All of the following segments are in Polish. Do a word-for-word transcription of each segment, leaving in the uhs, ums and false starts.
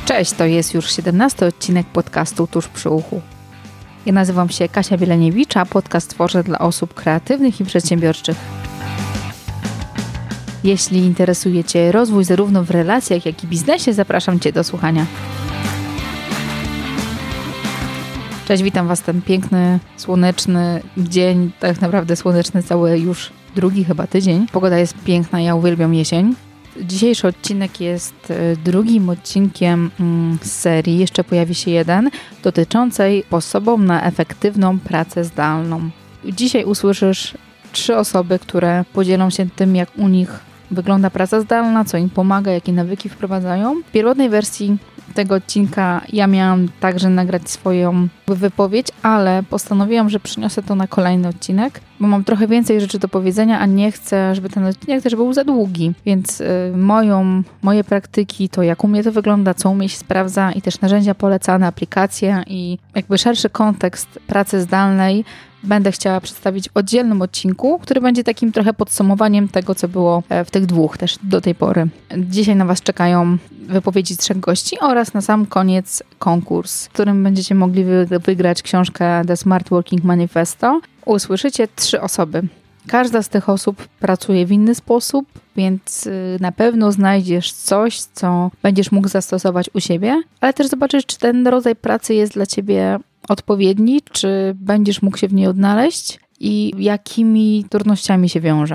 Cześć, to jest już siedemnasty odcinek podcastu Tuż przy uchu. Ja nazywam się Kasia Wieleniewicz, a podcast tworzę dla osób kreatywnych i przedsiębiorczych. Jeśli interesuje Cię rozwój zarówno w relacjach, jak i biznesie, zapraszam Cię do słuchania. Cześć, witam Was ten piękny, słoneczny dzień, tak naprawdę słoneczny cały już drugi chyba tydzień. Pogoda jest piękna, ja uwielbiam jesień. Dzisiejszy odcinek jest drugim odcinkiem z serii, jeszcze pojawi się jeden, dotyczącej sposobów na efektywną pracę zdalną. Dzisiaj usłyszysz trzy osoby, które podzielą się tym, jak u nich wygląda praca zdalna, co im pomaga, jakie nawyki wprowadzają. W pierwotnej wersji tego odcinka ja miałam także nagrać swoją wypowiedź, ale postanowiłam, że przyniosę to na kolejny odcinek, bo mam trochę więcej rzeczy do powiedzenia, a nie chcę, żeby ten odcinek też był za długi. Więc y, moją, moje praktyki, to jak u mnie to wygląda, co u mnie się sprawdza i też narzędzia polecane, aplikacje i jakby szerszy kontekst pracy zdalnej będę chciała przedstawić w oddzielnym odcinku, który będzie takim trochę podsumowaniem tego, co było w tych dwóch też do tej pory. Dzisiaj na Was czekają wypowiedzi trzech gości oraz na sam koniec konkurs, w którym będziecie mogli wy- wygrać książkę The Smart Working Manifesto. Usłyszycie trzy osoby. Każda z tych osób pracuje w inny sposób, więc na pewno znajdziesz coś, co będziesz mógł zastosować u siebie, ale też zobaczysz, czy ten rodzaj pracy jest dla Ciebie odpowiedni, czy będziesz mógł się w niej odnaleźć i jakimi trudnościami się wiąże.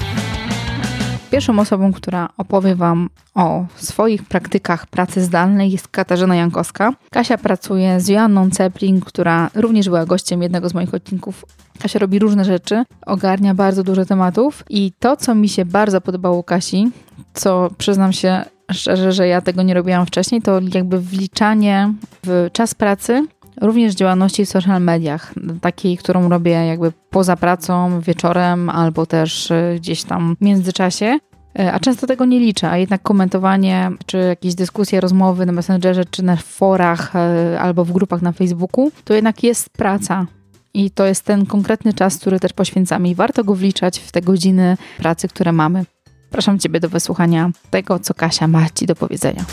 Pierwszą osobą, która opowie Wam o swoich praktykach pracy zdalnej, jest Katarzyna Jankowska. Kasia pracuje z Joanną Ceplin, która również była gościem jednego z moich odcinków. Kasia robi różne rzeczy, ogarnia bardzo dużo tematów i to, co mi się bardzo podobało u Kasi, co przyznam się szczerze, że ja tego nie robiłam wcześniej, to jakby wliczanie w czas pracy również działalności w social mediach, takiej, którą robię jakby poza pracą, wieczorem albo też gdzieś tam w międzyczasie, a często tego nie liczę, a jednak komentowanie, czy jakieś dyskusje, rozmowy na Messengerze, czy na forach albo w grupach na Facebooku, to jednak jest praca i to jest ten konkretny czas, który też poświęcamy i warto go wliczać w te godziny pracy, które mamy. Zapraszam Ciebie do wysłuchania tego, co Kasia ma Ci do powiedzenia.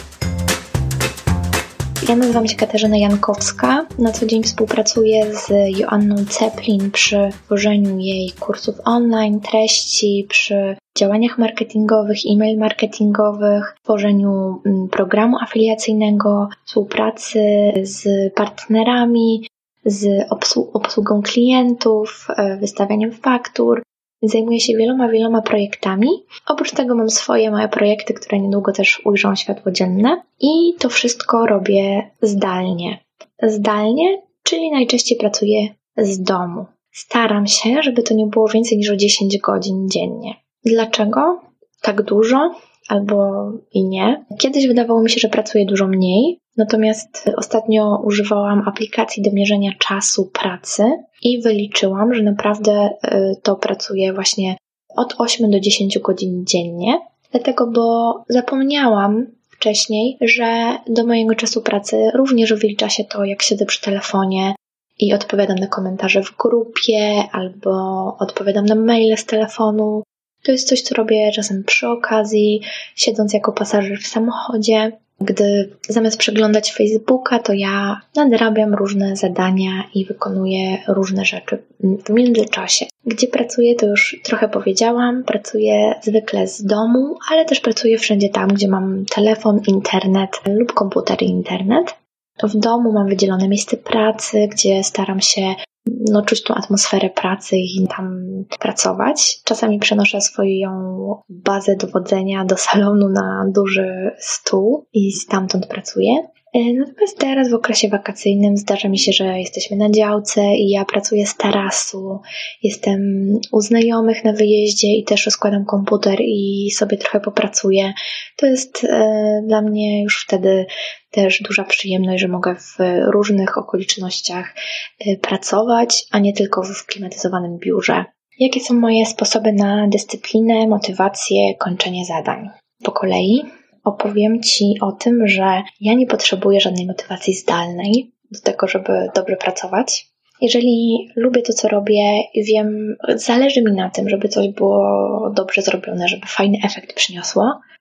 Ja nazywam się Katarzyna Jankowska. Na co dzień współpracuję z Joanną Ceplin przy tworzeniu jej kursów online, treści, przy działaniach marketingowych, e-mail marketingowych, tworzeniu programu afiliacyjnego, współpracy z partnerami, z obsłu- obsługą klientów, wystawianiem faktur. Zajmuję się wieloma, wieloma projektami. Oprócz tego mam swoje małe projekty, które niedługo też ujrzą światło dzienne. I to wszystko robię zdalnie. Zdalnie, czyli najczęściej pracuję z domu. Staram się, żeby to nie było więcej niż o dziesięć godzin dziennie. Dlaczego tak dużo? Albo i nie. Kiedyś wydawało mi się, że pracuję dużo mniej, natomiast ostatnio używałam aplikacji do mierzenia czasu pracy i wyliczyłam, że naprawdę to pracuję właśnie od ośmiu do dziesięciu godzin dziennie, dlatego, bo zapomniałam wcześniej, że do mojego czasu pracy również wlicza się to, jak siedzę przy telefonie i odpowiadam na komentarze w grupie albo odpowiadam na maile z telefonu. To jest coś, co robię czasem przy okazji, siedząc jako pasażer w samochodzie, gdy zamiast przeglądać Facebooka, to ja nadrabiam różne zadania i wykonuję różne rzeczy w międzyczasie. Gdzie pracuję, to już trochę powiedziałam, pracuję zwykle z domu, ale też pracuję wszędzie tam, gdzie mam telefon, internet lub komputer i internet. W domu mam wydzielone miejsce pracy, gdzie staram się no, czuć tą atmosferę pracy i tam pracować. Czasami przenoszę swoją bazę dowodzenia do salonu na duży stół i stamtąd pracuję. Natomiast teraz w okresie wakacyjnym zdarza mi się, że jesteśmy na działce i ja pracuję z tarasu. Jestem u znajomych na wyjeździe i też rozkładam komputer i sobie trochę popracuję. To jest e, dla mnie już wtedy też duża przyjemność, że mogę w różnych okolicznościach e, pracować, a nie tylko w klimatyzowanym biurze. Jakie są moje sposoby na dyscyplinę, motywację, kończenie zadań? Po kolei. Opowiem Ci o tym, że ja nie potrzebuję żadnej motywacji zdalnej do tego, żeby dobrze pracować. Jeżeli lubię to, co robię i wiem, zależy mi na tym, żeby coś było dobrze zrobione, żeby fajny efekt przyniosło,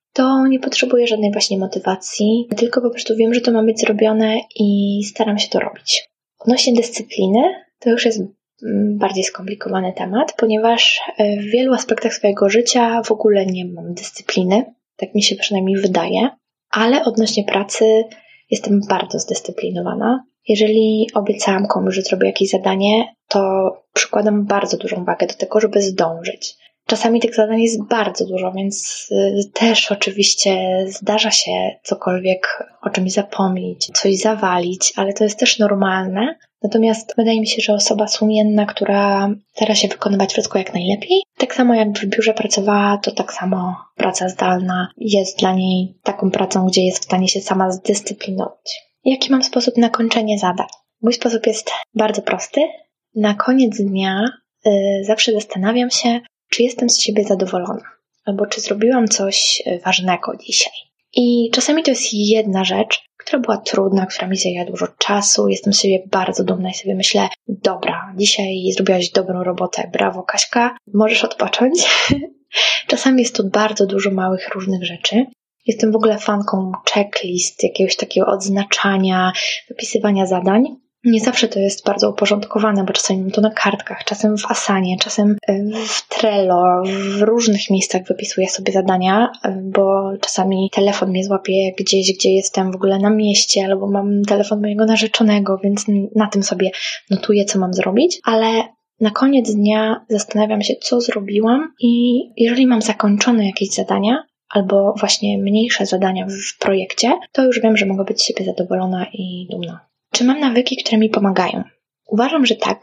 to nie potrzebuję żadnej właśnie motywacji, tylko po prostu wiem, że to ma być zrobione i staram się to robić. Odnośnie dyscypliny, to już jest bardziej skomplikowany temat, ponieważ w wielu aspektach swojego życia w ogóle nie mam dyscypliny, tak mi się przynajmniej wydaje, ale odnośnie pracy jestem bardzo zdyscyplinowana. Jeżeli obiecałam komuś, że zrobię jakieś zadanie, to przykładam bardzo dużą wagę do tego, żeby zdążyć. Czasami tych zadań jest bardzo dużo, więc też oczywiście zdarza się cokolwiek o czymś zapomnieć, coś zawalić, ale to jest też normalne. Natomiast wydaje mi się, że osoba sumienna, która stara się wykonywać wszystko jak najlepiej, tak samo jak w biurze pracowała, to tak samo praca zdalna jest dla niej taką pracą, gdzie jest w stanie się sama zdyscyplinować. Jaki mam sposób na kończenie zadań? Mój sposób jest bardzo prosty. Na koniec dnia yy, zawsze zastanawiam się, czy jestem z siebie zadowolona, albo czy zrobiłam coś ważnego dzisiaj. I czasami to jest jedna rzecz, która była trudna, która mi zajęła dużo czasu, jestem z siebie bardzo dumna i sobie myślę, dobra, dzisiaj zrobiłaś dobrą robotę, brawo Kaśka, możesz odpocząć. Czasami jest to bardzo dużo małych różnych rzeczy. Jestem w ogóle fanką checklist, jakiegoś takiego odznaczania, wypisywania zadań. Nie zawsze to jest bardzo uporządkowane, bo czasami mam to na kartkach, czasem w Asanie, czasem w Trello, w różnych miejscach wypisuję sobie zadania, bo czasami telefon mnie złapie gdzieś, gdzie jestem w ogóle na mieście, albo mam telefon mojego narzeczonego, więc na tym sobie notuję, co mam zrobić, ale na koniec dnia zastanawiam się, co zrobiłam i jeżeli mam zakończone jakieś zadania, albo właśnie mniejsze zadania w projekcie, to już wiem, że mogę być z siebie zadowolona i dumna. Czy mam nawyki, które mi pomagają? Uważam, że tak.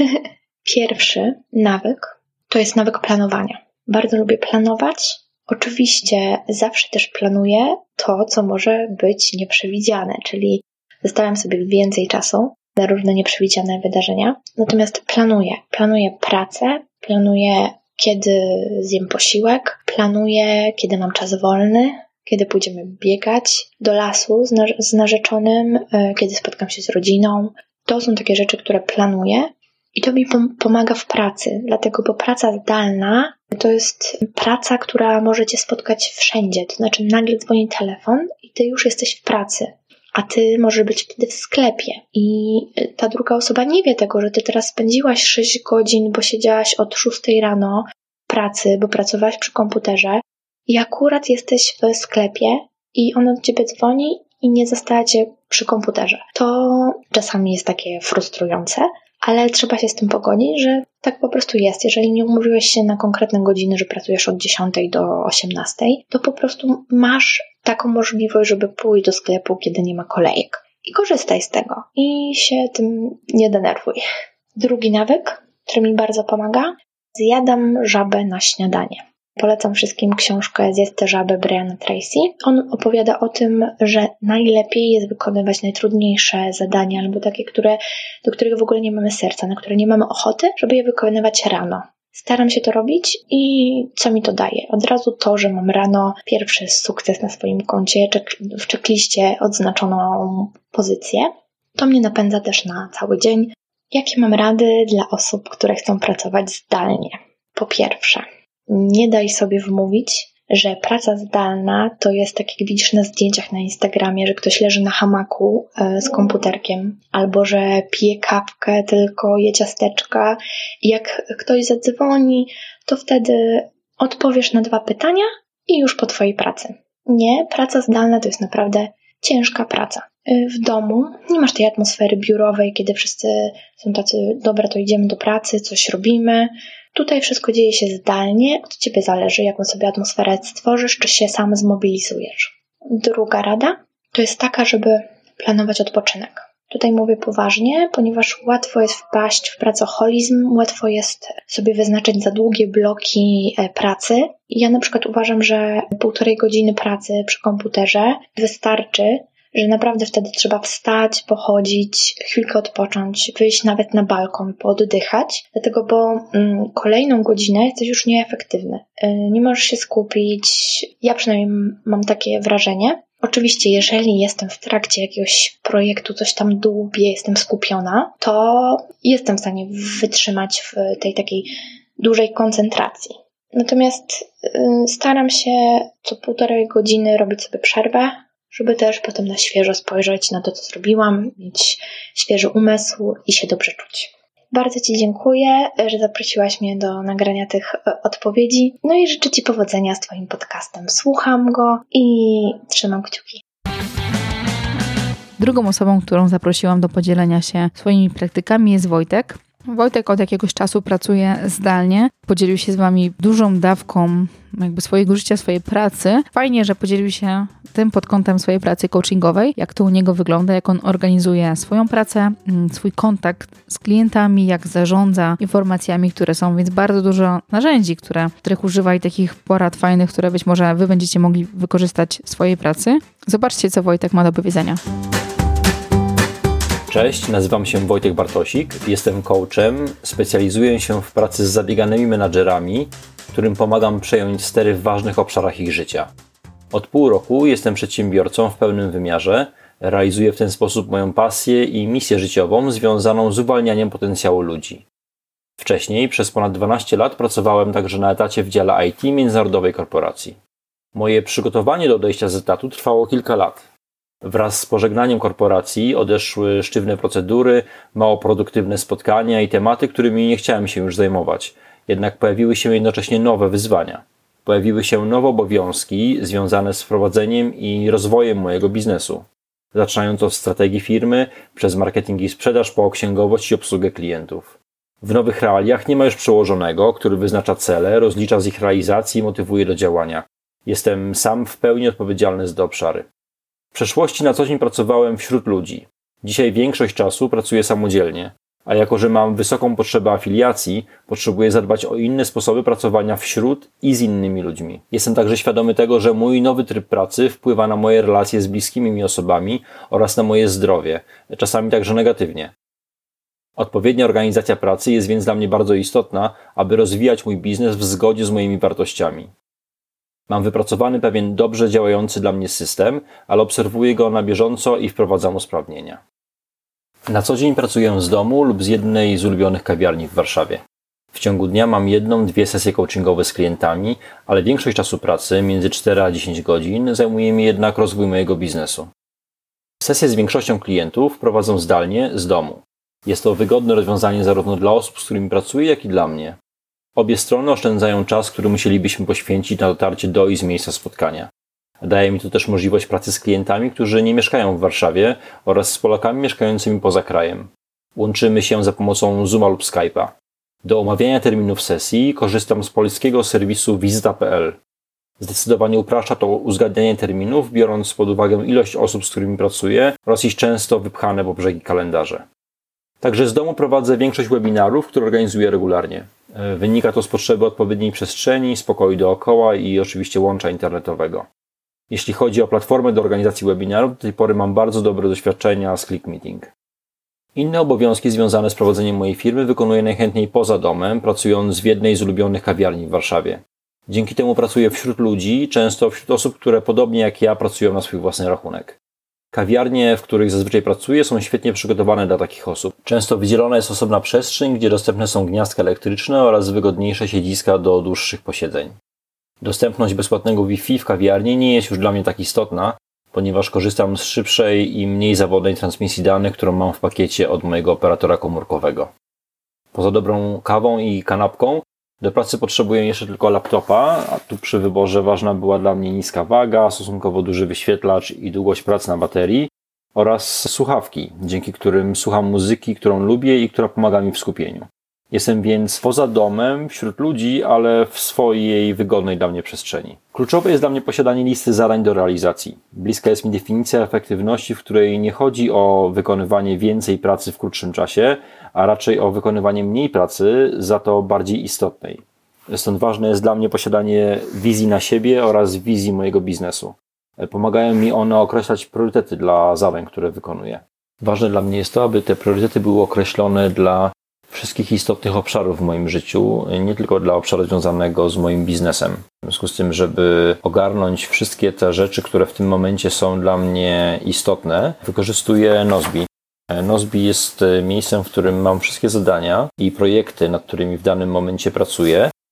Pierwszy nawyk to jest nawyk planowania. Bardzo lubię planować. Oczywiście zawsze też planuję to, co może być nieprzewidziane, czyli zostawiam sobie więcej czasu na różne nieprzewidziane wydarzenia. Natomiast planuję. Planuję pracę, planuję, kiedy zjem posiłek, planuję, kiedy mam czas wolny, kiedy pójdziemy biegać do lasu z, na- z narzeczonym, yy, kiedy spotkam się z rodziną. To są takie rzeczy, które planuję i to mi pom- pomaga w pracy, dlatego, bo praca zdalna to jest praca, która może cię spotkać wszędzie, to znaczy nagle dzwoni telefon i ty już jesteś w pracy, a ty możesz być wtedy w sklepie i ta druga osoba nie wie tego, że ty teraz spędziłaś sześć godzin, bo siedziałaś od szóstej rano w pracy, bo pracowałaś przy komputerze, i akurat jesteś w sklepie i on od ciebie dzwoni i nie została cię przy komputerze. To czasami jest takie frustrujące, ale trzeba się z tym pogodzić, że tak po prostu jest. Jeżeli nie umówiłeś się na konkretne godziny, że pracujesz od dziesiątej do osiemnastej, to po prostu masz taką możliwość, żeby pójść do sklepu, kiedy nie ma kolejek. I korzystaj z tego i się tym nie denerwuj. Drugi nawyk, który mi bardzo pomaga, zjadam żabę na śniadanie. Polecam wszystkim książkę Zjedz tę żabę Briana Tracy. On opowiada o tym, że najlepiej jest wykonywać najtrudniejsze zadania albo takie, które, do których w ogóle nie mamy serca, na które nie mamy ochoty, żeby je wykonywać rano. Staram się to robić i co mi to daje? Od razu to, że mam rano pierwszy sukces na swoim koncie, w checkliście odznaczoną pozycję. To mnie napędza też na cały dzień. Jakie mam rady dla osób, które chcą pracować zdalnie? Po pierwsze, nie daj sobie wmówić, że praca zdalna to jest tak, jak widzisz na zdjęciach na Instagramie, że ktoś leży na hamaku z komputerkiem, albo że pije kawkę, tylko je ciasteczka i jak ktoś zadzwoni, to wtedy odpowiesz na dwa pytania i już po twojej pracy. Nie, praca zdalna to jest naprawdę ciężka praca. W domu nie masz tej atmosfery biurowej, kiedy wszyscy są tacy, dobra, to idziemy do pracy, coś robimy. Tutaj wszystko dzieje się zdalnie, od ciebie zależy, jaką sobie atmosferę stworzysz, czy się sam zmobilizujesz. Druga rada to jest taka, żeby planować odpoczynek. Tutaj mówię poważnie, ponieważ łatwo jest wpaść w pracoholizm, łatwo jest sobie wyznaczyć za długie bloki pracy. Ja na przykład uważam, że półtorej godziny pracy przy komputerze wystarczy, że naprawdę wtedy trzeba wstać, pochodzić, chwilkę odpocząć, wyjść nawet na balkon, pooddychać, dlatego, bo mm, kolejną godzinę jesteś już nieefektywny. Yy, nie możesz się skupić, ja przynajmniej mam takie wrażenie. Oczywiście, jeżeli jestem w trakcie jakiegoś projektu, coś tam dłubię, jestem skupiona, to jestem w stanie wytrzymać w tej takiej dużej koncentracji. Natomiast y, staram się co półtorej godziny robić sobie przerwę, żeby też potem na świeżo spojrzeć na to, co zrobiłam, mieć świeży umysł i się dobrze czuć. Bardzo Ci dziękuję, że zaprosiłaś mnie do nagrania tych odpowiedzi. No i życzę Ci powodzenia z Twoim podcastem. Słucham go i trzymam kciuki. Drugą osobą, którą zaprosiłam do podzielenia się swoimi praktykami, jest Wojtek. Wojtek od jakiegoś czasu pracuje zdalnie. Podzielił się z Wami dużą dawką jakby swojego życia, swojej pracy. Fajnie, że podzielił się tym pod kątem swojej pracy coachingowej, jak to u niego wygląda, jak on organizuje swoją pracę, swój kontakt z klientami, jak zarządza informacjami, które są, więc bardzo dużo narzędzi, które, których używa i takich porad fajnych, które być może Wy będziecie mogli wykorzystać w swojej pracy. Zobaczcie, co Wojtek ma do powiedzenia. Cześć, nazywam się Wojtek Bartosik, jestem coachem, specjalizuję się w pracy z zabieganymi menadżerami, którym pomagam przejąć stery w ważnych obszarach ich życia. Od pół roku jestem przedsiębiorcą w pełnym wymiarze, realizuję w ten sposób moją pasję i misję życiową związaną z uwalnianiem potencjału ludzi. Wcześniej przez ponad dwanaście lat pracowałem także na etacie w dziale I T międzynarodowej korporacji. Moje przygotowanie do odejścia z etatu trwało kilka lat. Wraz z pożegnaniem korporacji odeszły sztywne procedury, mało produktywne spotkania i tematy, którymi nie chciałem się już zajmować. Jednak pojawiły się jednocześnie nowe wyzwania. Pojawiły się nowe obowiązki związane z prowadzeniem i rozwojem mojego biznesu. Zaczynając od strategii firmy, przez marketing i sprzedaż, po księgowość i obsługę klientów. W nowych realiach nie ma już przełożonego, który wyznacza cele, rozlicza z ich realizacji i motywuje do działania. Jestem sam w pełni odpowiedzialny za te obszary. W przeszłości na co dzień pracowałem wśród ludzi. Dzisiaj większość czasu pracuję samodzielnie, a jako że mam wysoką potrzebę afiliacji, potrzebuję zadbać o inne sposoby pracowania wśród i z innymi ludźmi. Jestem także świadomy tego, że mój nowy tryb pracy wpływa na moje relacje z bliskimi mi osobami oraz na moje zdrowie, czasami także negatywnie. Odpowiednia organizacja pracy jest więc dla mnie bardzo istotna, aby rozwijać mój biznes w zgodzie z moimi wartościami. Mam wypracowany pewien dobrze działający dla mnie system, ale obserwuję go na bieżąco i wprowadzam usprawnienia. Na co dzień pracuję z domu lub z jednej z ulubionych kawiarni w Warszawie. W ciągu dnia mam jedną, dwie sesje coachingowe z klientami, ale większość czasu pracy, między cztery a dziesięć godzin, zajmuje mi jednak rozwój mojego biznesu. Sesje z większością klientów prowadzę zdalnie z domu. Jest to wygodne rozwiązanie zarówno dla osób, z którymi pracuję, jak i dla mnie. Obie strony oszczędzają czas, który musielibyśmy poświęcić na dotarcie do i z miejsca spotkania. Daje mi to też możliwość pracy z klientami, którzy nie mieszkają w Warszawie oraz z Polakami mieszkającymi poza krajem. Łączymy się za pomocą Zooma lub Skype'a. Do omawiania terminów sesji korzystam z polskiego serwisu wizyta kropka p l. Zdecydowanie upraszcza to uzgadnianie terminów, biorąc pod uwagę ilość osób, z którymi pracuję oraz ich często wypchane po brzegi kalendarze. Także z domu prowadzę większość webinarów, które organizuję regularnie. Wynika to z potrzeby odpowiedniej przestrzeni, spokoju dookoła i oczywiście łącza internetowego. Jeśli chodzi o platformę do organizacji webinarów, do tej pory mam bardzo dobre doświadczenia z ClickMeeting. Inne obowiązki związane z prowadzeniem mojej firmy wykonuję najchętniej poza domem, pracując w jednej z ulubionych kawiarni w Warszawie. Dzięki temu pracuję wśród ludzi, często wśród osób, które podobnie jak ja pracują na swój własny rachunek. Kawiarnie, w których zazwyczaj pracuję, są świetnie przygotowane dla takich osób. Często wydzielona jest osobna przestrzeń, gdzie dostępne są gniazdka elektryczne oraz wygodniejsze siedziska do dłuższych posiedzeń. Dostępność bezpłatnego Wi-Fi w kawiarni nie jest już dla mnie tak istotna, ponieważ korzystam z szybszej i mniej zawodnej transmisji danych, którą mam w pakiecie od mojego operatora komórkowego. Poza dobrą kawą i kanapką, do pracy potrzebuję jeszcze tylko laptopa, a tu przy wyborze ważna była dla mnie niska waga, stosunkowo duży wyświetlacz i długość pracy na baterii oraz słuchawki, dzięki którym słucham muzyki, którą lubię i która pomaga mi w skupieniu. Jestem więc poza domem, wśród ludzi, ale w swojej wygodnej dla mnie przestrzeni. Kluczowe jest dla mnie posiadanie listy zadań do realizacji. Bliska jest mi definicja efektywności, w której nie chodzi o wykonywanie więcej pracy w krótszym czasie, a raczej o wykonywanie mniej pracy, za to bardziej istotnej. Stąd ważne jest dla mnie posiadanie wizji na siebie oraz wizji mojego biznesu. Pomagają mi one określać priorytety dla zadań, które wykonuję. Ważne dla mnie jest to, aby te priorytety były określone dla wszystkich istotnych obszarów w moim życiu, nie tylko dla obszaru związanego z moim biznesem. W związku z tym, żeby ogarnąć wszystkie te rzeczy, które w tym momencie są dla mnie istotne, wykorzystuję Nozbe. Nozbe jest miejscem, w którym mam wszystkie zadania i projekty, nad którymi w danym momencie pracuję,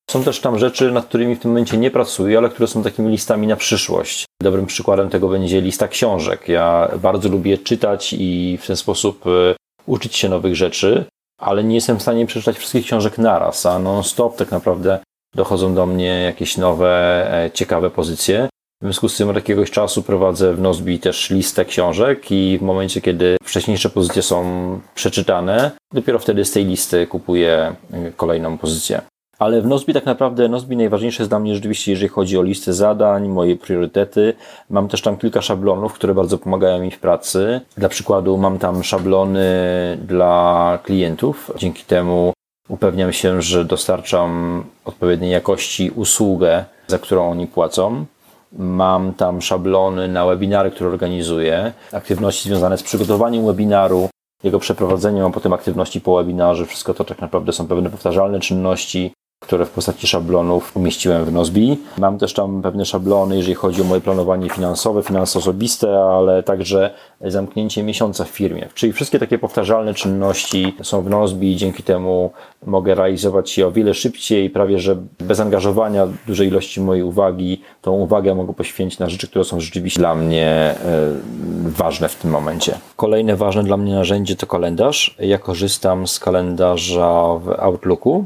Są też tam rzeczy, nad którymi w tym momencie nie pracuję, ale które są takimi listami na przyszłość. Dobrym przykładem tego będzie lista książek. Ja bardzo lubię czytać i w ten sposób uczyć się nowych rzeczy, ale nie jestem w stanie przeczytać wszystkich książek naraz, a non-stop tak naprawdę dochodzą do mnie jakieś nowe, ciekawe pozycje. W związku z tym od jakiegoś czasu prowadzę w Nozbi też listę książek i w momencie, kiedy wcześniejsze pozycje są przeczytane, dopiero wtedy z tej listy kupuję kolejną pozycję. Ale w Nozbi tak naprawdę, Nozbi najważniejsze jest dla mnie rzeczywiście, jeżeli chodzi o listę zadań, moje priorytety. Mam też tam kilka szablonów, które bardzo pomagają mi w pracy. Dla przykładu mam tam szablony dla klientów. Dzięki temu upewniam się, że dostarczam odpowiedniej jakości usługę, za którą oni płacą. Mam tam szablony na webinary, które organizuję, aktywności związane z przygotowaniem webinaru, jego przeprowadzeniem, a potem aktywności po webinarze. Wszystko to tak naprawdę są pewne powtarzalne czynności, które w postaci szablonów umieściłem w Nozbi. Mam też tam pewne szablony, jeżeli chodzi o moje planowanie finansowe, finanse osobiste, ale także zamknięcie miesiąca w firmie. Czyli wszystkie takie powtarzalne czynności są w Nozbi i dzięki temu mogę realizować je o wiele szybciej, prawie że bez angażowania dużej ilości mojej uwagi. Tą uwagę mogę poświęcić na rzeczy, które są rzeczywiście dla mnie ważne w tym momencie. Kolejne ważne dla mnie narzędzie to kalendarz. Ja korzystam z kalendarza w Outlooku.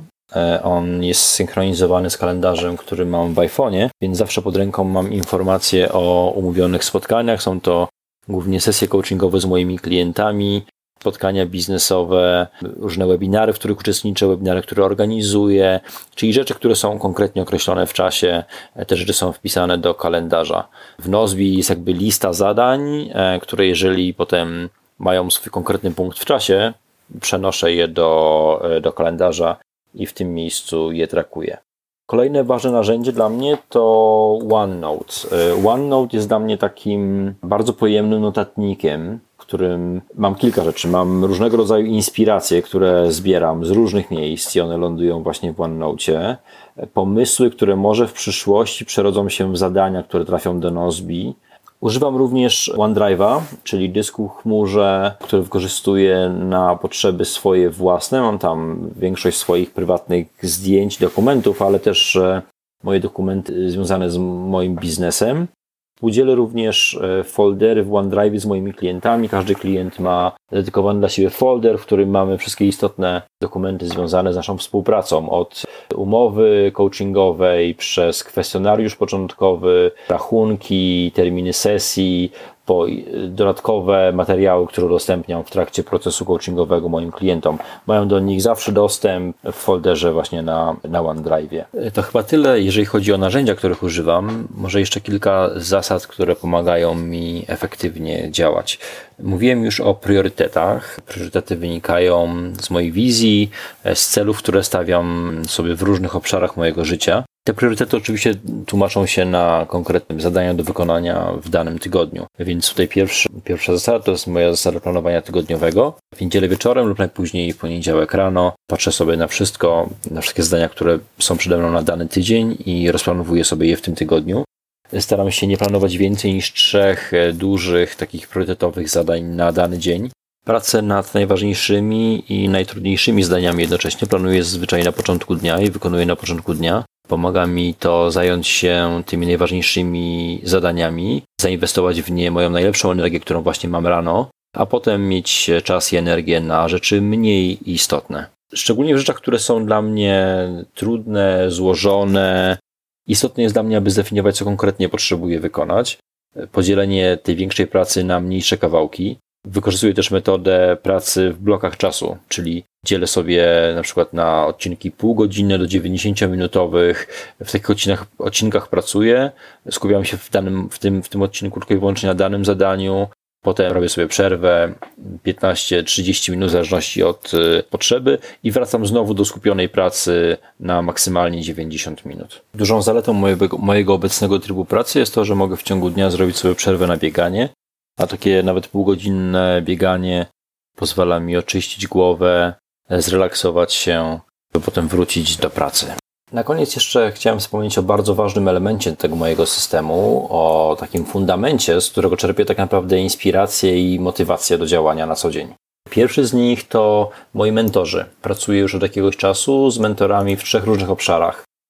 On jest synchronizowany z kalendarzem, który mam w iPhone'ie, więc zawsze pod ręką mam informacje o umówionych spotkaniach. Są to głównie sesje coachingowe z moimi klientami, spotkania biznesowe, różne webinary, w których uczestniczę, webinary, które organizuję, czyli rzeczy, które są konkretnie określone w czasie. Te rzeczy są wpisane do kalendarza. W Nozbi jest jakby lista zadań, które jeżeli potem mają swój konkretny punkt w czasie, przenoszę je do, do kalendarza i w tym miejscu je trakuję. Kolejne ważne narzędzie dla mnie to OneNote. OneNote jest dla mnie takim bardzo pojemnym notatnikiem, w którym mam kilka rzeczy. Mam różnego rodzaju inspiracje, które zbieram z różnych miejsc i one lądują właśnie w OneNote'cie. Pomysły, które może w przyszłości przerodzą się w zadania, które trafią do Nozbi. Używam również OneDrive'a, czyli dysku w chmurze, który wykorzystuję na potrzeby swoje własne. Mam tam większość swoich prywatnych zdjęć, dokumentów, ale też moje dokumenty związane z moim biznesem. Udzielę również foldery w OneDrive z moimi klientami. Każdy klient ma dedykowany dla siebie folder, w którym mamy wszystkie istotne dokumenty związane z naszą współpracą. Od umowy coachingowej, przez kwestionariusz początkowy, rachunki, terminy sesji, po dodatkowe materiały, które udostępniam w trakcie procesu coachingowego moim klientom. Mają do nich zawsze dostęp w folderze właśnie na, na OneDrive'ie. To chyba tyle, jeżeli chodzi o narzędzia, których używam. Może jeszcze kilka zasad, które pomagają mi efektywnie działać. Mówiłem już o priorytetach. Priorytety wynikają z mojej wizji, z celów, które stawiam sobie w różnych obszarach mojego życia. Te priorytety oczywiście tłumaczą się na konkretnym zadaniu do wykonania w danym tygodniu. Więc tutaj pierwszy, pierwsza zasada to jest moja zasada planowania tygodniowego. W niedzielę wieczorem lub najpóźniej w poniedziałek rano patrzę sobie na wszystko, na wszystkie zadania, które są przede mną na dany tydzień i rozplanowuję sobie je w tym tygodniu. Staram się nie planować więcej niż trzech dużych, takich priorytetowych zadań na dany dzień. Pracę nad najważniejszymi i najtrudniejszymi zadaniami jednocześnie planuję zazwyczaj na początku dnia i wykonuję na początku dnia. Pomaga mi to zająć się tymi najważniejszymi zadaniami, zainwestować w nie moją najlepszą energię, którą właśnie mam rano, a potem mieć czas i energię na rzeczy mniej istotne. Szczególnie w rzeczach, które są dla mnie trudne, złożone. Istotne jest dla mnie, aby zdefiniować, co konkretnie potrzebuję wykonać. Podzielenie tej większej pracy na mniejsze kawałki. Wykorzystuję też metodę pracy w blokach czasu, czyli dzielę sobie na przykład na odcinki półgodzinne do dziewięćdziesięciominutowych. W takich odcinkach, odcinkach pracuję, skupiam się w, danym, w, tym, w tym odcinku tylko i wyłącznie na danym zadaniu. Potem robię sobie przerwę piętnaście do trzydziestu minut w zależności od y, potrzeby i wracam znowu do skupionej pracy na maksymalnie dziewięćdziesiąt minut. Dużą zaletą mojego, mojego obecnego trybu pracy jest to, że mogę w ciągu dnia zrobić sobie przerwę na bieganie, a takie nawet półgodzinne bieganie pozwala mi oczyścić głowę, zrelaksować się, by potem wrócić do pracy. Na koniec jeszcze chciałem wspomnieć o bardzo ważnym elemencie tego mojego systemu, o takim fundamencie, z którego czerpię tak naprawdę inspirację i motywację do działania na co dzień. Pierwszy z nich to moi mentorzy. Pracuję już od jakiegoś czasu z mentorami w trzech różnych obszarach.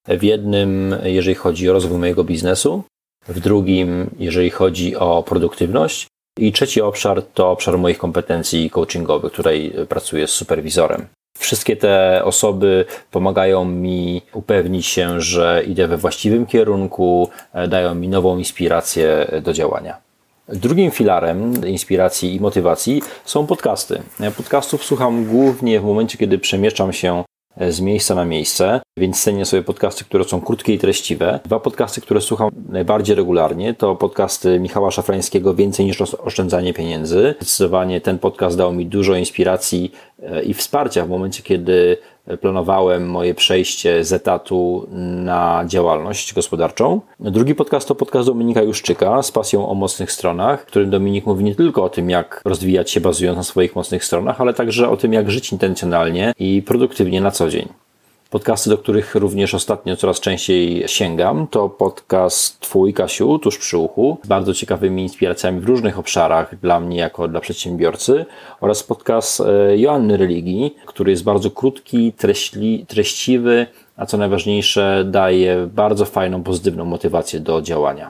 W jednym, jeżeli chodzi o rozwój mojego biznesu, w drugim, jeżeli chodzi o produktywność i trzeci obszar to obszar moich kompetencji coachingowych, w której pracuję z superwizorem. Wszystkie te osoby pomagają mi upewnić się, że idę we właściwym kierunku, dają mi nową inspirację do działania. Drugim filarem inspiracji i motywacji są podcasty. Podcastów słucham głównie w momencie, kiedy przemieszczam się z miejsca na miejsce, więc cenię sobie podcasty, które są krótkie i treściwe. Dwa podcasty, które słucham najbardziej regularnie, to podcasty Michała Szafrańskiego Więcej niż oszczędzanie pieniędzy. Zdecydowanie ten podcast dał mi dużo inspiracji i wsparcia w momencie, kiedy planowałem moje przejście z etatu na działalność gospodarczą. Drugi podcast to podcast Dominika Juszczyka z pasją o mocnych stronach, w którym Dominik mówi nie tylko o tym, jak rozwijać się bazując na swoich mocnych stronach, ale także o tym, jak żyć intencjonalnie i produktywnie na co dzień. Podcasty, do których również ostatnio coraz częściej sięgam, to podcast Twój, Kasiu, tuż przy uchu, z bardzo ciekawymi inspiracjami w różnych obszarach dla mnie jako dla przedsiębiorcy, oraz podcast Joanny Religii, który jest bardzo krótki, treśli, treściwy, a co najważniejsze daje bardzo fajną, pozytywną motywację do działania.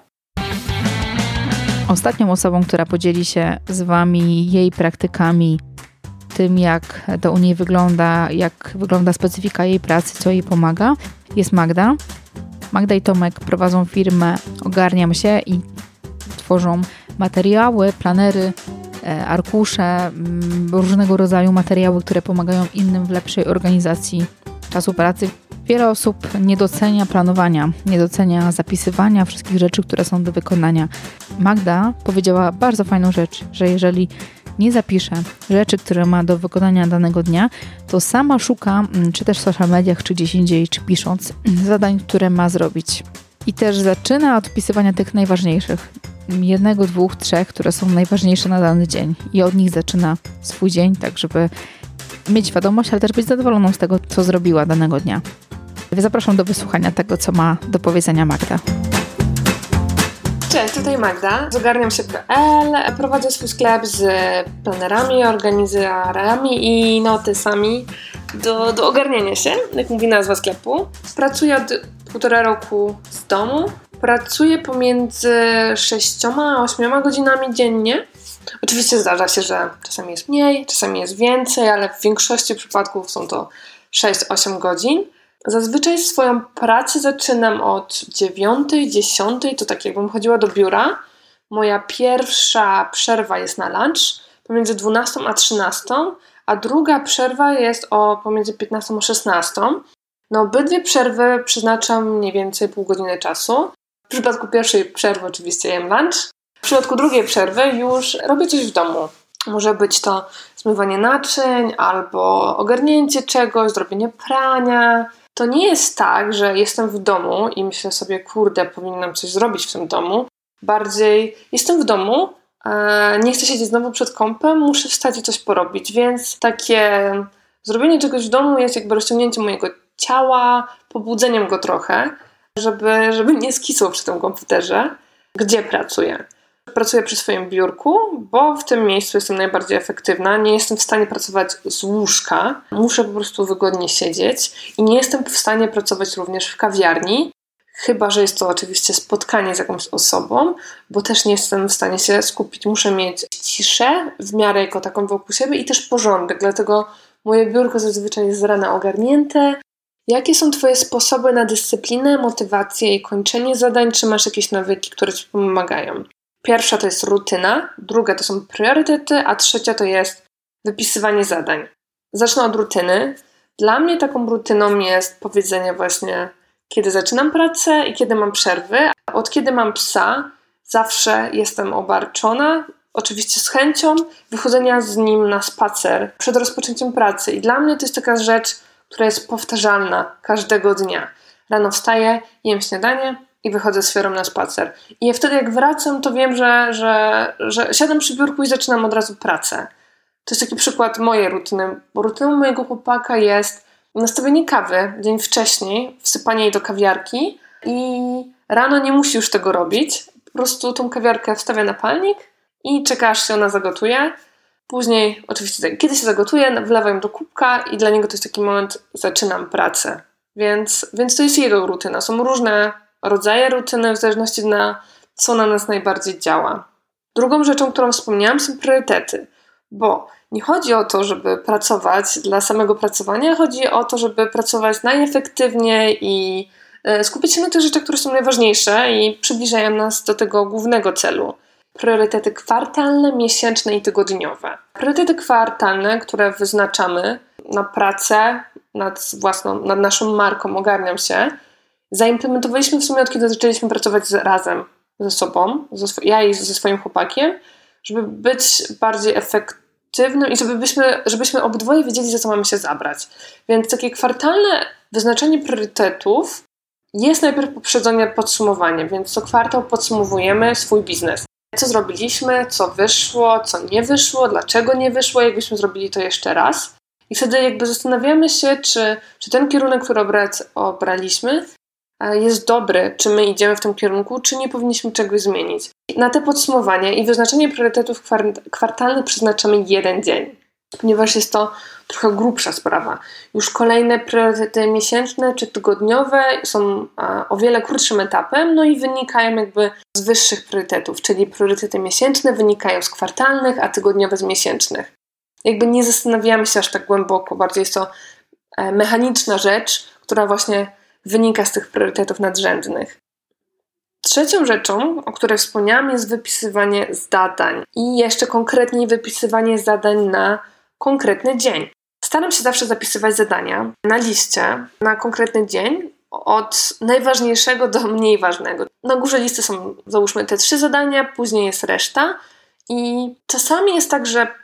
Ostatnią osobą, która podzieli się z Wami jej praktykami, tym jak to u niej wygląda, jak wygląda specyfika jej pracy, co jej pomaga, jest Magda. Magda i Tomek prowadzą firmę Ogarniam się i tworzą materiały, planery, arkusze, różnego rodzaju materiały, które pomagają innym w lepszej organizacji czasu pracy. Wiele osób nie docenia planowania, nie docenia zapisywania wszystkich rzeczy, które są do wykonania. Magda powiedziała bardzo fajną rzecz, że jeżeli nie zapisze rzeczy, które ma do wykonania danego dnia, to sama szuka, czy też w social mediach, czy gdzieś indziej, czy pisząc, zadań, które ma zrobić. I też zaczyna od wpisywania tych najważniejszych. Jednego, dwóch, trzech, które są najważniejsze na dany dzień. I od nich zaczyna swój dzień, tak żeby mieć świadomość, ale też być zadowoloną z tego, co zrobiła danego dnia. Zapraszam do wysłuchania tego, co ma do powiedzenia Magda. Cześć, tutaj Magda z ogarniam się kropka pe el. Prowadzę swój sklep z planerami, organizerami i notesami do, do ogarniania się, jak mówi nazwa sklepu. Pracuję od półtora roku z domu. Pracuję pomiędzy sześcioma a ośmioma godzinami dziennie. Oczywiście zdarza się, że czasami jest mniej, czasami jest więcej, ale w większości przypadków są to sześć osiem godzin. Zazwyczaj swoją pracę zaczynam od dziewiątej, dziesiątej, to tak jakbym chodziła do biura. Moja pierwsza przerwa jest na lunch pomiędzy dwunastą a trzynastą, a druga przerwa jest o pomiędzy piętnastą a szesnastą. Na obydwie przerwy przeznaczam mniej więcej pół godziny czasu. W przypadku pierwszej przerwy oczywiście jem lunch. W przypadku drugiej przerwy już robię coś w domu. Może być to zmywanie naczyń albo ogarnięcie czegoś, zrobienie prania. To nie jest tak, że jestem w domu i myślę sobie, kurde, powinnam coś zrobić w tym domu. Bardziej jestem w domu, nie chcę siedzieć znowu przed kompem, muszę wstać i coś porobić, więc takie zrobienie czegoś w domu jest jakby rozciągnięciem mojego ciała, pobudzeniem go trochę, żeby, żeby nie skisło przy tym komputerze. Gdzie pracuję? Pracuję przy swoim biurku, bo w tym miejscu jestem najbardziej efektywna. Nie jestem w stanie pracować z łóżka. Muszę po prostu wygodnie siedzieć i nie jestem w stanie pracować również w kawiarni, chyba że jest to oczywiście spotkanie z jakąś osobą, bo też nie jestem w stanie się skupić. Muszę mieć ciszę w miarę jako taką wokół siebie i też porządek, dlatego moje biurko zazwyczaj jest z rana ogarnięte. Jakie są Twoje sposoby na dyscyplinę, motywację i kończenie zadań? Czy masz jakieś nawyki, które Ci pomagają? Pierwsza to jest rutyna, druga to są priorytety, a trzecia to jest wypisywanie zadań. Zacznę od rutyny. Dla mnie taką rutyną jest powiedzenie właśnie, kiedy zaczynam pracę i kiedy mam przerwy. Od kiedy mam psa, zawsze jestem obarczona, oczywiście z chęcią, wychodzenia z nim na spacer przed rozpoczęciem pracy. I dla mnie to jest taka rzecz, która jest powtarzalna każdego dnia. Rano wstaję, jem śniadanie i wychodzę z Fiorą na spacer. I wtedy jak wracam, to wiem, że, że, że siadam przy biurku i zaczynam od razu pracę. To jest taki przykład mojej rutyny, bo rutyną mojego chłopaka jest nastawienie kawy dzień wcześniej, wsypanie jej do kawiarki i rano nie musi już tego robić. Po prostu tą kawiarkę wstawia na palnik i czeka, aż się ona zagotuje. Później, oczywiście, kiedy się zagotuje, wlewam ją do kubka i dla niego to jest taki moment, zaczynam pracę. Więc, więc to jest jego rutyna. Są różne rodzaje rutyny w zależności na co na nas najbardziej działa. Drugą rzeczą, którą wspomniałam, są priorytety, bo nie chodzi o to, żeby pracować dla samego pracowania, chodzi o to, żeby pracować najefektywniej i skupić się na tych rzeczach, które są najważniejsze i przybliżają nas do tego głównego celu. Priorytety kwartalne, miesięczne i tygodniowe. Priorytety kwartalne, które wyznaczamy na pracę nad własną, nad naszą marką, ogarniam się, zaimplementowaliśmy w sumie od kiedy zaczęliśmy pracować z, razem ze sobą, ze sw- ja i ze swoim chłopakiem, żeby być bardziej efektywnym i żebyśmy, żebyśmy obydwoje wiedzieli, za co mamy się zabrać. Więc takie kwartalne wyznaczenie priorytetów jest najpierw poprzedzone podsumowaniem, więc co kwartał podsumowujemy swój biznes. Co zrobiliśmy, co wyszło, co nie wyszło, dlaczego nie wyszło, jakbyśmy zrobili to jeszcze raz. I wtedy jakby zastanawiamy się, czy, czy ten kierunek, który obra- obraliśmy, jest dobry, czy my idziemy w tym kierunku, czy nie powinniśmy czegoś zmienić. Na te podsumowania i wyznaczenie priorytetów kwar- kwartalnych przeznaczamy jeden dzień, ponieważ jest to trochę grubsza sprawa. Już kolejne priorytety miesięczne czy tygodniowe są a, o wiele krótszym etapem, no i wynikają jakby z wyższych priorytetów, czyli priorytety miesięczne wynikają z kwartalnych, a tygodniowe z miesięcznych. Jakby nie zastanawiamy się aż tak głęboko, bardziej jest to e, mechaniczna rzecz, która właśnie wynika z tych priorytetów nadrzędnych. Trzecią rzeczą, o której wspomniałam, jest wypisywanie zadań i jeszcze konkretniej wypisywanie zadań na konkretny dzień. Staram się zawsze zapisywać zadania na liście na konkretny dzień od najważniejszego do mniej ważnego. Na górze listy są, załóżmy, te trzy zadania, później jest reszta i czasami jest tak, że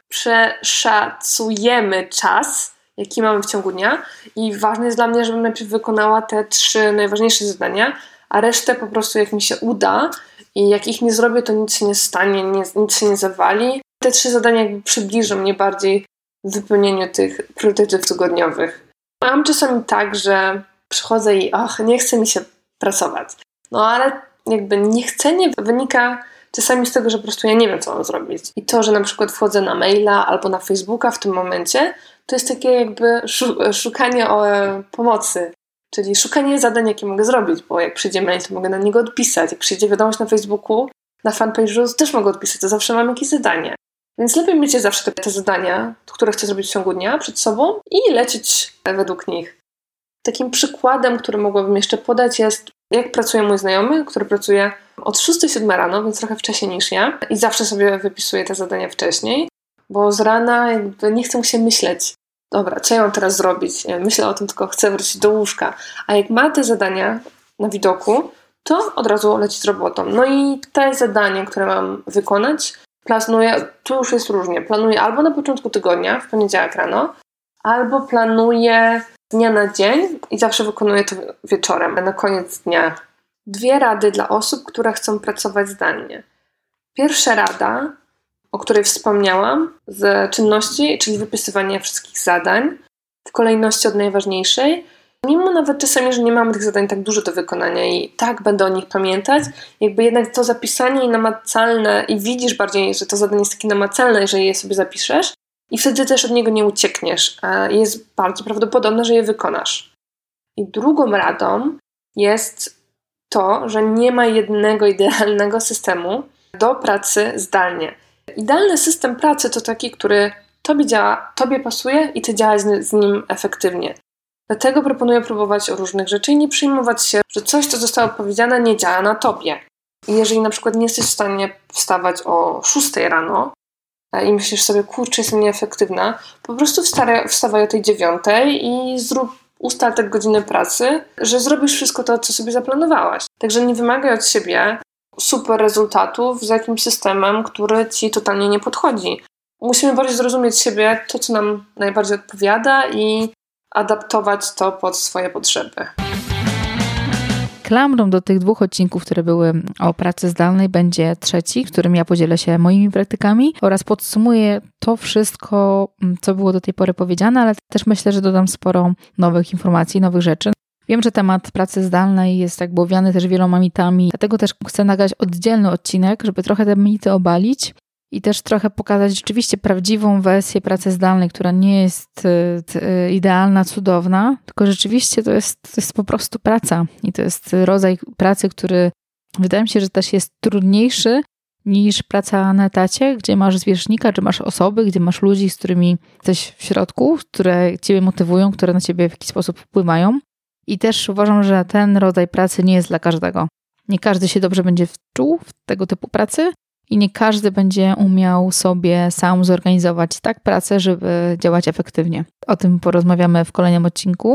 przeszacujemy czas, jaki mamy w ciągu dnia i ważne jest dla mnie, żebym najpierw wykonała te trzy najważniejsze zadania, a resztę po prostu jak mi się uda i jak ich nie zrobię, to nic się nie stanie, nie, nic się nie zawali. Te trzy zadania jakby przybliżą mnie bardziej w wypełnieniu tych priorytetów tygodniowych. Mam czasami tak, że przychodzę i och, nie chce mi się pracować. No ale jakby niechcenie wynika czasami z tego, że po prostu ja nie wiem, co mam zrobić. I to, że na przykład wchodzę na maila albo na Facebooka w tym momencie, to jest takie jakby szukanie o pomocy. Czyli szukanie zadań, jakie mogę zrobić, bo jak przyjdzie mail, to mogę na niego odpisać. Jak przyjdzie wiadomość na Facebooku, na fanpage'u, to też mogę odpisać, to zawsze mam jakieś zadanie. Więc lepiej mieć zawsze te, te zadania, które chcę zrobić w ciągu dnia przed sobą i lecieć według nich. Takim przykładem, który mogłabym jeszcze podać, jest jak pracuje mój znajomy, który pracuje od szóstej siódmej rano, więc trochę wcześniej niż ja i zawsze sobie wypisuję te zadania wcześniej, bo z rana jakby nie chcę mu się myśleć. Dobra, co ja mam teraz zrobić? Myślę o tym, tylko chcę wrócić do łóżka. A jak ma te zadania na widoku, to od razu leci z robotą. No i te zadanie, które mam wykonać, planuję, tu już jest różnie, planuję albo na początku tygodnia, w poniedziałek rano, albo planuję dnia na dzień i zawsze wykonuję to wieczorem, na koniec dnia. Dwie rady dla osób, które chcą pracować zdalnie. Pierwsza rada, o której wspomniałam, z czynności, czyli wypisywania wszystkich zadań w kolejności od najważniejszej. Mimo nawet czasami, że nie mamy tych zadań tak dużo do wykonania i tak będę o nich pamiętać, jakby jednak to zapisanie i namacalne i widzisz bardziej, że to zadanie jest takie namacalne, jeżeli je sobie zapiszesz i wtedy też od niego nie uciekniesz. Jest bardzo prawdopodobne, że je wykonasz. I drugą radą jest to, że nie ma jednego idealnego systemu do pracy zdalnie. Idealny system pracy to taki, który tobie działa, tobie pasuje i ty działasz z nim efektywnie. Dlatego proponuję próbować różnych rzeczy i nie przejmować się, że coś, co zostało powiedziane, nie działa na tobie. I jeżeli na przykład nie jesteś w stanie wstawać o szóstej rano i myślisz sobie, kurczę, jestem nieefektywna, po prostu wstawaj, wstawaj o tej dziewiątej i zrób ustal tak godziny pracy, że zrobisz wszystko to, co sobie zaplanowałaś. Także nie wymagaj od siebie super rezultatów z jakimś systemem, który ci totalnie nie podchodzi. Musimy bardziej zrozumieć siebie, to co nam najbardziej odpowiada i adaptować to pod swoje potrzeby. Klamrą do tych dwóch odcinków, które były o pracy zdalnej, będzie trzeci, w którym ja podzielę się moimi praktykami oraz podsumuję to wszystko, co było do tej pory powiedziane, ale też myślę, że dodam sporo nowych informacji, nowych rzeczy. Wiem, że temat pracy zdalnej jest tak owiany też wieloma mitami, dlatego też chcę nagrać oddzielny odcinek, żeby trochę te mity obalić i też trochę pokazać rzeczywiście prawdziwą wersję pracy zdalnej, która nie jest idealna, cudowna, tylko rzeczywiście to jest, to jest po prostu praca i to jest rodzaj pracy, który wydaje mi się, że też jest trudniejszy niż praca na etacie, gdzie masz zwierzchnika, czy masz osoby, gdzie masz ludzi, z którymi jesteś w środku, które ciebie motywują, które na ciebie w jakiś sposób wpływają. I też uważam, że ten rodzaj pracy nie jest dla każdego. Nie każdy się dobrze będzie wczuł w tego typu pracy i nie każdy będzie umiał sobie sam zorganizować tak pracę, żeby działać efektywnie. O tym porozmawiamy w kolejnym odcinku.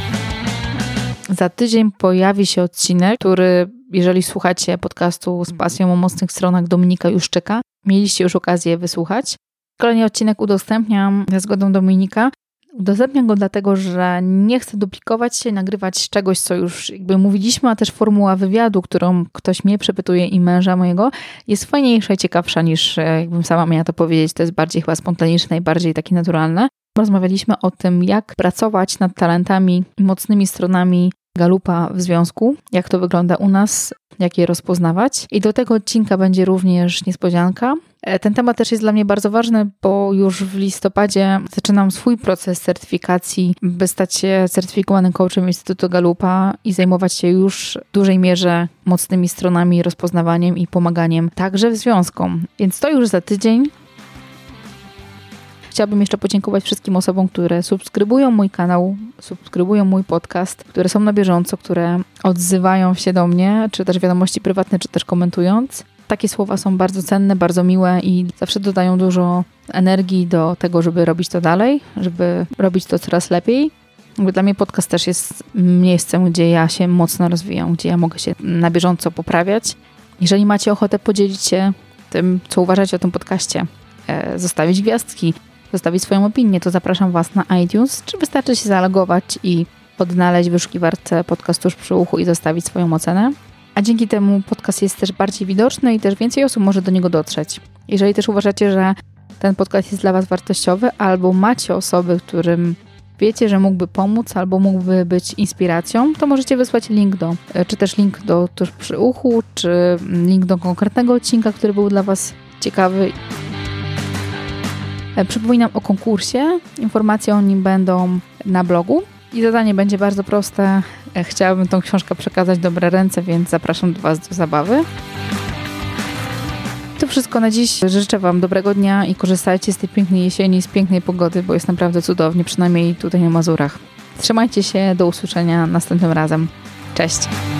Za tydzień pojawi się odcinek, który, jeżeli słuchacie podcastu z pasją o mocnych stronach Dominika Juszczyka, mieliście już okazję wysłuchać. Kolejny odcinek udostępniam za zgodą Dominika. Udostępniam go dlatego, że nie chcę duplikować się, nagrywać czegoś, co już jakby mówiliśmy, a też formuła wywiadu, którą ktoś mnie przepytuje i męża mojego, jest fajniejsza i ciekawsza niż jakbym sama miała to powiedzieć. To jest bardziej chyba spontaniczne i bardziej takie naturalne. Rozmawialiśmy o tym, jak pracować nad talentami i mocnymi stronami Galupa w związku, jak to wygląda u nas, jak je rozpoznawać. I do tego odcinka będzie również niespodzianka. Ten temat też jest dla mnie bardzo ważny, bo już w listopadzie zaczynam swój proces certyfikacji, by stać się certyfikowanym coachem Instytutu Galupa i zajmować się już w dużej mierze mocnymi stronami, rozpoznawaniem i pomaganiem także w związkom. Więc to już za tydzień. Chciałabym jeszcze podziękować wszystkim osobom, które subskrybują mój kanał, subskrybują mój podcast, które są na bieżąco, które odzywają się do mnie, czy też wiadomości prywatne, czy też komentując. Takie słowa są bardzo cenne, bardzo miłe i zawsze dodają dużo energii do tego, żeby robić to dalej, żeby robić to coraz lepiej. Dla mnie podcast też jest miejscem, gdzie ja się mocno rozwijam, gdzie ja mogę się na bieżąco poprawiać. Jeżeli macie ochotę podzielić się tym, co uważacie o tym podcaście, zostawić gwiazdki, zostawić swoją opinię, to zapraszam Was na iTunes, czy wystarczy się zalogować i odnaleźć w wyszukiwarce podcast tuż przy uchu i zostawić swoją ocenę. A dzięki temu podcast jest też bardziej widoczny i też więcej osób może do niego dotrzeć. Jeżeli też uważacie, że ten podcast jest dla Was wartościowy, albo macie osoby, którym wiecie, że mógłby pomóc, albo mógłby być inspiracją, to możecie wysłać link do, czy też link do tuż przy uchu, czy link do konkretnego odcinka, który był dla Was ciekawy. Przypominam o konkursie. Informacje o nim będą na blogu i zadanie będzie bardzo proste. Chciałabym tą książkę przekazać w dobre ręce, więc zapraszam do Was do zabawy. To wszystko na dziś. Życzę Wam dobrego dnia i korzystajcie z tej pięknej jesieni, z pięknej pogody, bo jest naprawdę cudownie, przynajmniej tutaj na Mazurach. Trzymajcie się, do usłyszenia następnym razem. Cześć!